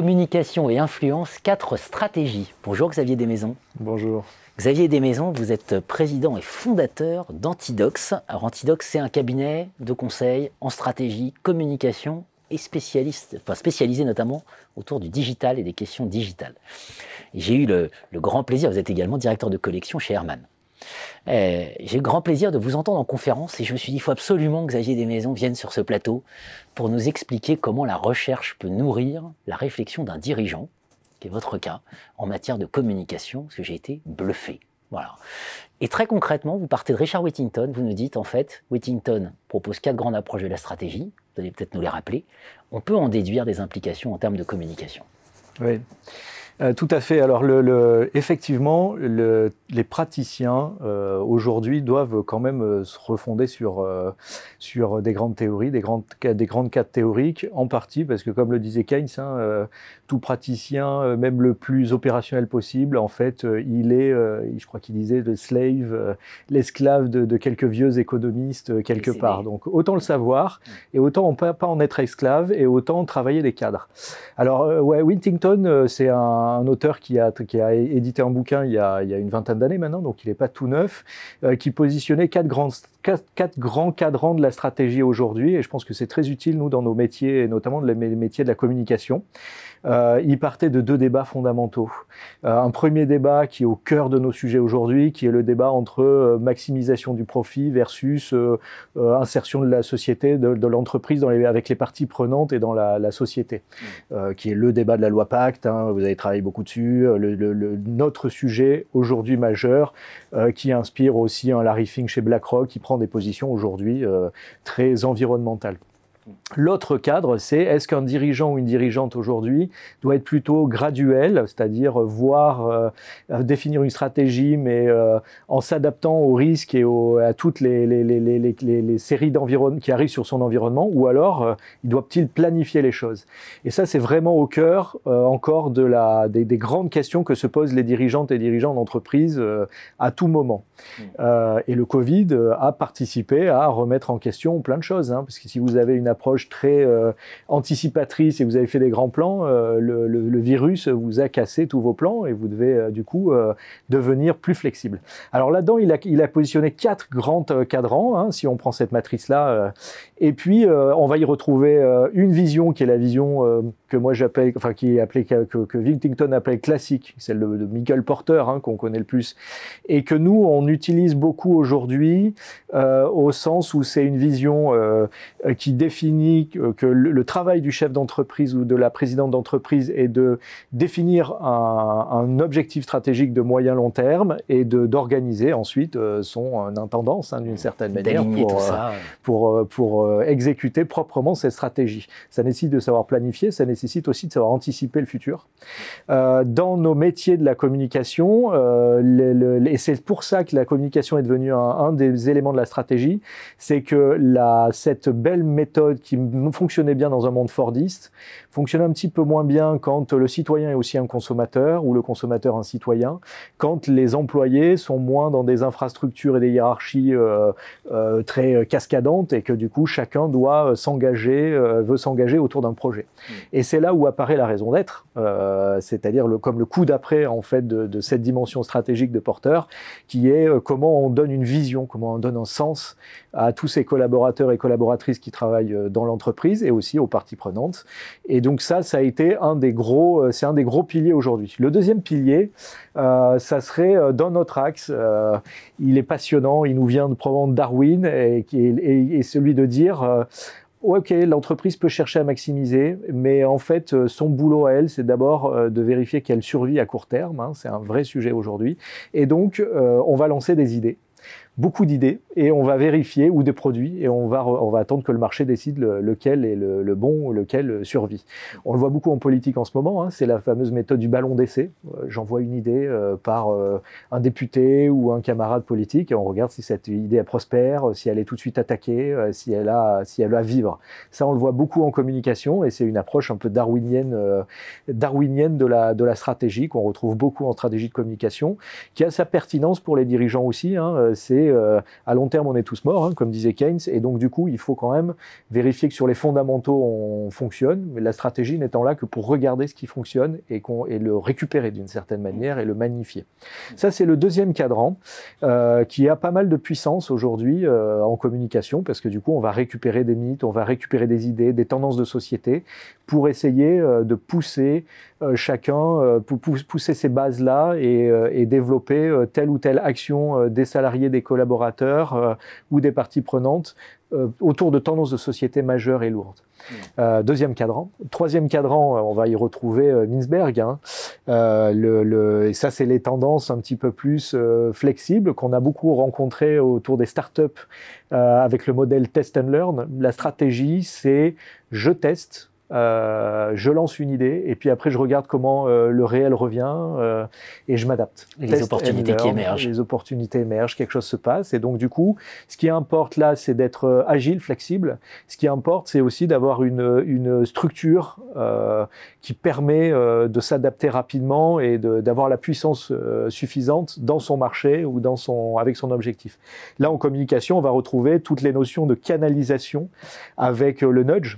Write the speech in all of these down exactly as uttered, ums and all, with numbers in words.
communication et influence, quatre stratégies. Bonjour Xavier Desmaisons. Bonjour. Xavier Desmaisons, vous êtes président et fondateur d'Antidox. Alors Antidox, c'est un cabinet de conseil en stratégie, communication et spécialiste, enfin spécialisé notamment autour du digital et des questions digitales. J'ai eu le, le grand plaisir, vous êtes également directeur de collection chez Herman. Euh, j'ai eu le grand plaisir de vous entendre en conférence et je me suis dit il faut absolument que Xavier Desmaisons vienne sur ce plateau pour nous expliquer comment la recherche peut nourrir la réflexion d'un dirigeant, qui est votre cas, en matière de communication, parce que j'ai été bluffé. Voilà. Et très concrètement, vous partez de Richard Whittington, vous nous dites en fait, Whittington propose quatre grandes approches de la stratégie, vous allez peut-être nous les rappeler, on peut en déduire des implications en termes de communication. Oui. Euh, tout à fait. Alors, le, le, effectivement, le, les praticiens euh, aujourd'hui doivent quand même euh, se refonder sur, euh, sur des grandes théories, des grandes, des grandes cadres théoriques, en partie parce que, comme le disait Keynes, hein, euh, tout praticien, euh, même le plus opérationnel possible, en fait, euh, il est, euh, je crois qu'il disait, le slave, euh, l'esclave de, de quelques vieux économistes euh, quelque part. Des... Donc, autant le savoir et autant on peut pas en être esclave et autant travailler les cadres. Alors, euh, ouais, Whittington, euh, c'est un un auteur qui a, qui a édité un bouquin il y a, il y a une vingtaine d'années maintenant, donc il n'est pas tout neuf, euh, qui positionnait quatre grands, quatre, quatre grands cadrans de la stratégie aujourd'hui, et je pense que c'est très utile, nous, dans nos métiers, et notamment les métiers de la communication. Euh, il partait de deux débats fondamentaux. Euh, un premier débat qui est au cœur de nos sujets aujourd'hui, qui est le débat entre euh, maximisation du profit versus euh, euh, insertion de la société, de, de l'entreprise dans les, avec les parties prenantes et dans la, la société, mmh. euh, qui est le débat de la loi Pacte, hein, vous avez travaillé beaucoup dessus, le, le, le, notre sujet aujourd'hui majeur, euh, qui inspire aussi un Larry Fink chez BlackRock, qui prend des positions aujourd'hui euh, très environnementales. L'autre cadre, c'est est-ce qu'un dirigeant ou une dirigeante aujourd'hui doit être plutôt graduel, c'est-à-dire voir, euh, définir une stratégie, mais euh, en s'adaptant aux risques et aux, à toutes les, les, les, les, les, les séries d'environnements qui arrivent sur son environnement, ou alors euh, il doit-il planifier les choses? Et ça, c'est vraiment au cœur euh, encore de la, des, des grandes questions que se posent les dirigeantes et dirigeants d'entreprise euh, à tout moment. Mmh. Euh, et le Covid a participé à remettre en question plein de choses, hein, parce que si vous avez une approche très euh, anticipatrice et vous avez fait des grands plans, euh, le, le, le virus vous a cassé tous vos plans et vous devez euh, du coup euh, devenir plus flexible. Alors là-dedans, il a, il a positionné quatre grands euh, cadrans, hein, si on prend cette matrice-là, euh, et puis euh, on va y retrouver euh, une vision qui est la vision euh, que moi j'appelle, enfin qui est appelée, que, que Whittington appelle classique, celle de, de Michael Porter, hein, qu'on connaît le plus, et que nous on utilise beaucoup aujourd'hui euh, au sens où c'est une vision euh, qui définit que le, le travail du chef d'entreprise ou de la présidente d'entreprise est de définir un, un objectif stratégique de moyen long terme et de d'organiser ensuite euh, son intendance, hein, d'une certaine manière pour, ça, ouais. pour, pour, pour exécuter proprement cette stratégie. Ça nécessite de savoir planifier, ça nécessite aussi de savoir anticiper le futur. Euh, dans nos métiers de la communication, euh, le, le, et c'est pour ça que la communication est devenue un, un des éléments de la stratégie, c'est que la, cette belle méthode qui fonctionnait bien dans un monde fordiste, fonctionne un petit peu moins bien quand le citoyen est aussi un consommateur ou le consommateur un citoyen, quand les employés sont moins dans des infrastructures et des hiérarchies euh, euh, très cascadantes et que du coup chacun doit s'engager, euh, veut s'engager autour d'un projet. Mmh. Et c'est là où apparaît la raison d'être, euh, c'est-à-dire le, comme le coup d'après en fait de, de cette dimension stratégique de Porter, qui est euh, comment on donne une vision, comment on donne un sens à tous ces collaborateurs et collaboratrices qui travaillent dans l'entreprise et aussi aux parties prenantes. Et donc ça, ça a été un des gros, c'est un des gros piliers aujourd'hui. Le deuxième pilier, euh, ça serait dans notre axe, euh, il est passionnant, il nous vient de probablement de Darwin et, et, et celui de dire euh, ok, l'entreprise peut chercher à maximiser, mais en fait, son boulot à elle, c'est d'abord de vérifier qu'elle survit à court terme, hein, c'est un vrai sujet aujourd'hui, et donc euh, on va lancer des idées. Beaucoup d'idées et on va vérifier ou des produits et on va, on va attendre que le marché décide le, lequel est le, le bon ou lequel survit. On le voit beaucoup en politique en ce moment, hein, c'est la fameuse méthode du ballon d'essai. Euh, J'envoie une idée euh, par euh, un député ou un camarade politique et on regarde si cette idée prospère, si elle est tout de suite attaquée, euh, si elle a, si elle a à vivre. Ça, on le voit beaucoup en communication et c'est une approche un peu darwinienne, euh, darwinienne de la, de la stratégie qu'on retrouve beaucoup en stratégie de communication, qui a sa pertinence pour les dirigeants aussi, hein, c'est c'est euh, à long terme on est tous morts, hein, comme disait Keynes, et donc du coup il faut quand même vérifier que sur les fondamentaux on fonctionne, mais la stratégie n'étant là que pour regarder ce qui fonctionne et, qu'on, et le récupérer d'une certaine manière et le magnifier. Ça c'est le deuxième cadran euh, qui a pas mal de puissance aujourd'hui euh, en communication, parce que du coup on va récupérer des mythes, on va récupérer des idées, des tendances de société pour essayer euh, de pousser euh, chacun, euh, pour pousser ces bases-là et, euh, et développer euh, telle ou telle action euh, des salariés, des collaborateurs euh, ou des parties prenantes euh, autour de tendances de société majeures et lourdes. Mmh. Euh, deuxième cadran. Troisième cadran, on va y retrouver euh, Mintzberg. Hein. Euh, le, le, et ça, c'est les tendances un petit peu plus euh, flexibles qu'on a beaucoup rencontrées autour des startups euh, avec le modèle test and learn. La stratégie, c'est je teste. Euh, je lance une idée et puis après je regarde comment euh, le réel revient euh, et je m'adapte. Les Test opportunités qui émergent. Les opportunités émergent, quelque chose se passe et donc du coup, ce qui importe là, c'est d'être agile, flexible. Ce qui importe, c'est aussi d'avoir une, une structure euh, qui permet euh, de s'adapter rapidement et de, d'avoir la puissance euh, suffisante dans son marché ou dans son, avec son objectif. Là, en communication, on va retrouver toutes les notions de canalisation avec euh, le nudge.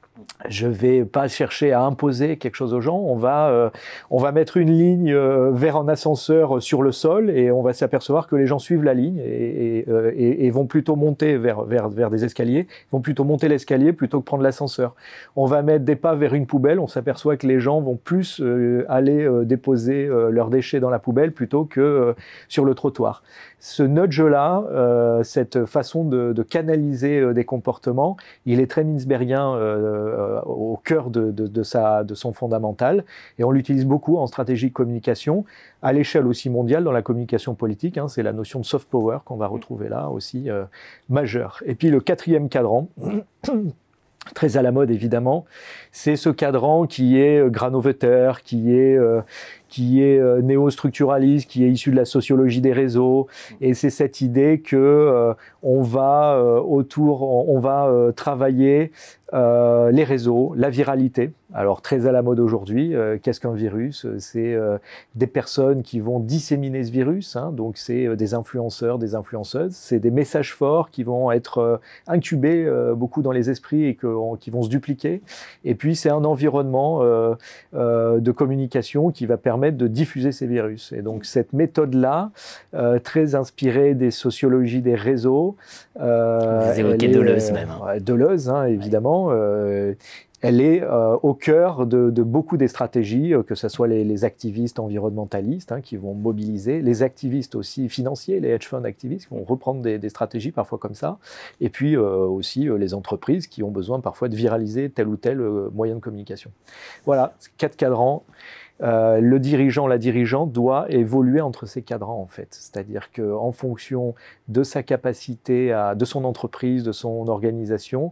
Je vais pas chercher à imposer quelque chose aux gens, on va, euh, on va mettre une ligne euh, vers un ascenseur sur le sol et on va s'apercevoir que les gens suivent la ligne et, et, euh, et, et vont plutôt monter vers, vers, vers des escaliers, vont plutôt monter l'escalier plutôt que prendre l'ascenseur. On va mettre des pas vers une poubelle, on s'aperçoit que les gens vont plus euh, aller euh, déposer euh, leurs déchets dans la poubelle plutôt que euh, sur le trottoir. Ce nudge-là, euh, cette façon de, de canaliser euh, des comportements, il est très mintzbergien euh, au cœur de, de, de, sa, de son fondamental et on l'utilise beaucoup en stratégie de communication à l'échelle aussi mondiale dans la communication politique. Hein, c'est la notion de soft power qu'on va retrouver là aussi euh, majeure. Et puis le quatrième cadran, très à la mode évidemment, c'est ce cadran qui est granovetter, qui est euh, qui est euh, néo-structuraliste, qui est issu de la sociologie des réseaux, et c'est cette idée que euh, on va euh, autour, on, on va euh, travailler euh, les réseaux, la viralité. Alors très à la mode aujourd'hui, euh, qu'est-ce qu'un virus? C'est euh, des personnes qui vont disséminer ce virus, hein, donc c'est euh, des influenceurs, des influenceuses, c'est des messages forts qui vont être euh, incubés euh, beaucoup dans les esprits et que, on, qui vont se dupliquer. Et puis c'est un environnement euh, euh, de communication qui va permettre de diffuser ces virus. Et donc cette méthode-là, euh, très inspirée des sociologies des réseaux, euh, vous évoquez Deleuze euh, même. Hein. Deleuze, hein, évidemment. Ouais. Euh, elle est euh, au cœur de, de beaucoup des stratégies, euh, que ce soit les, les activistes environnementalistes hein, qui vont mobiliser, les activistes aussi financiers, les hedge funds activistes qui vont reprendre des, des stratégies parfois comme ça, et puis euh, aussi euh, les entreprises qui ont besoin parfois de viraliser tel ou tel euh, moyen de communication. Voilà, quatre cadrans. Euh, le dirigeant, la dirigeante doit évoluer entre ces cadrans en fait, c'est-à-dire qu'en fonction de sa capacité, à, de son entreprise, de son organisation,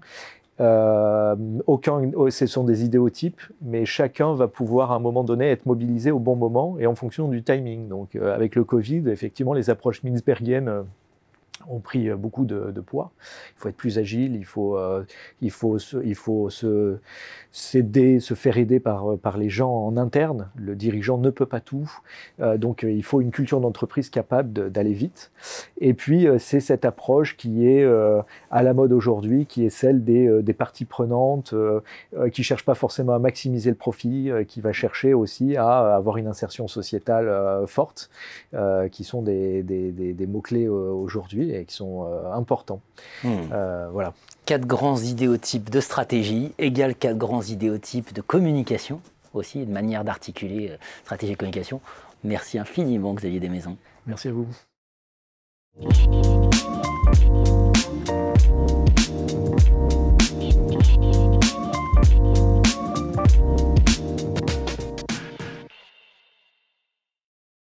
euh, aucun, ce sont des idéotypes, mais chacun va pouvoir à un moment donné être mobilisé au bon moment et en fonction du timing. Donc euh, avec le Covid, effectivement, les approches mintzbergiennes euh, ont pris beaucoup de, de poids. Il faut être plus agile, il faut, euh, il faut, se, il faut se, s'aider, se faire aider par, par les gens en interne. Le dirigeant ne peut pas tout. Euh, donc, il faut une culture d'entreprise capable de, d'aller vite. Et puis, euh, c'est cette approche qui est euh, à la mode aujourd'hui, qui est celle des, euh, des parties prenantes, euh, euh, qui ne cherchent pas forcément à maximiser le profit, euh, qui va chercher aussi à avoir une insertion sociétale euh, forte, euh, qui sont des, des, des, des mots-clés euh, aujourd'hui et qui sont euh, importants. Mmh. Euh, voilà. Quatre grands idéotypes de stratégie égale quatre grands idéotypes de communication aussi, de manière d'articuler euh, stratégie et communication. Merci infiniment Xavier Desmaisons. Merci à vous.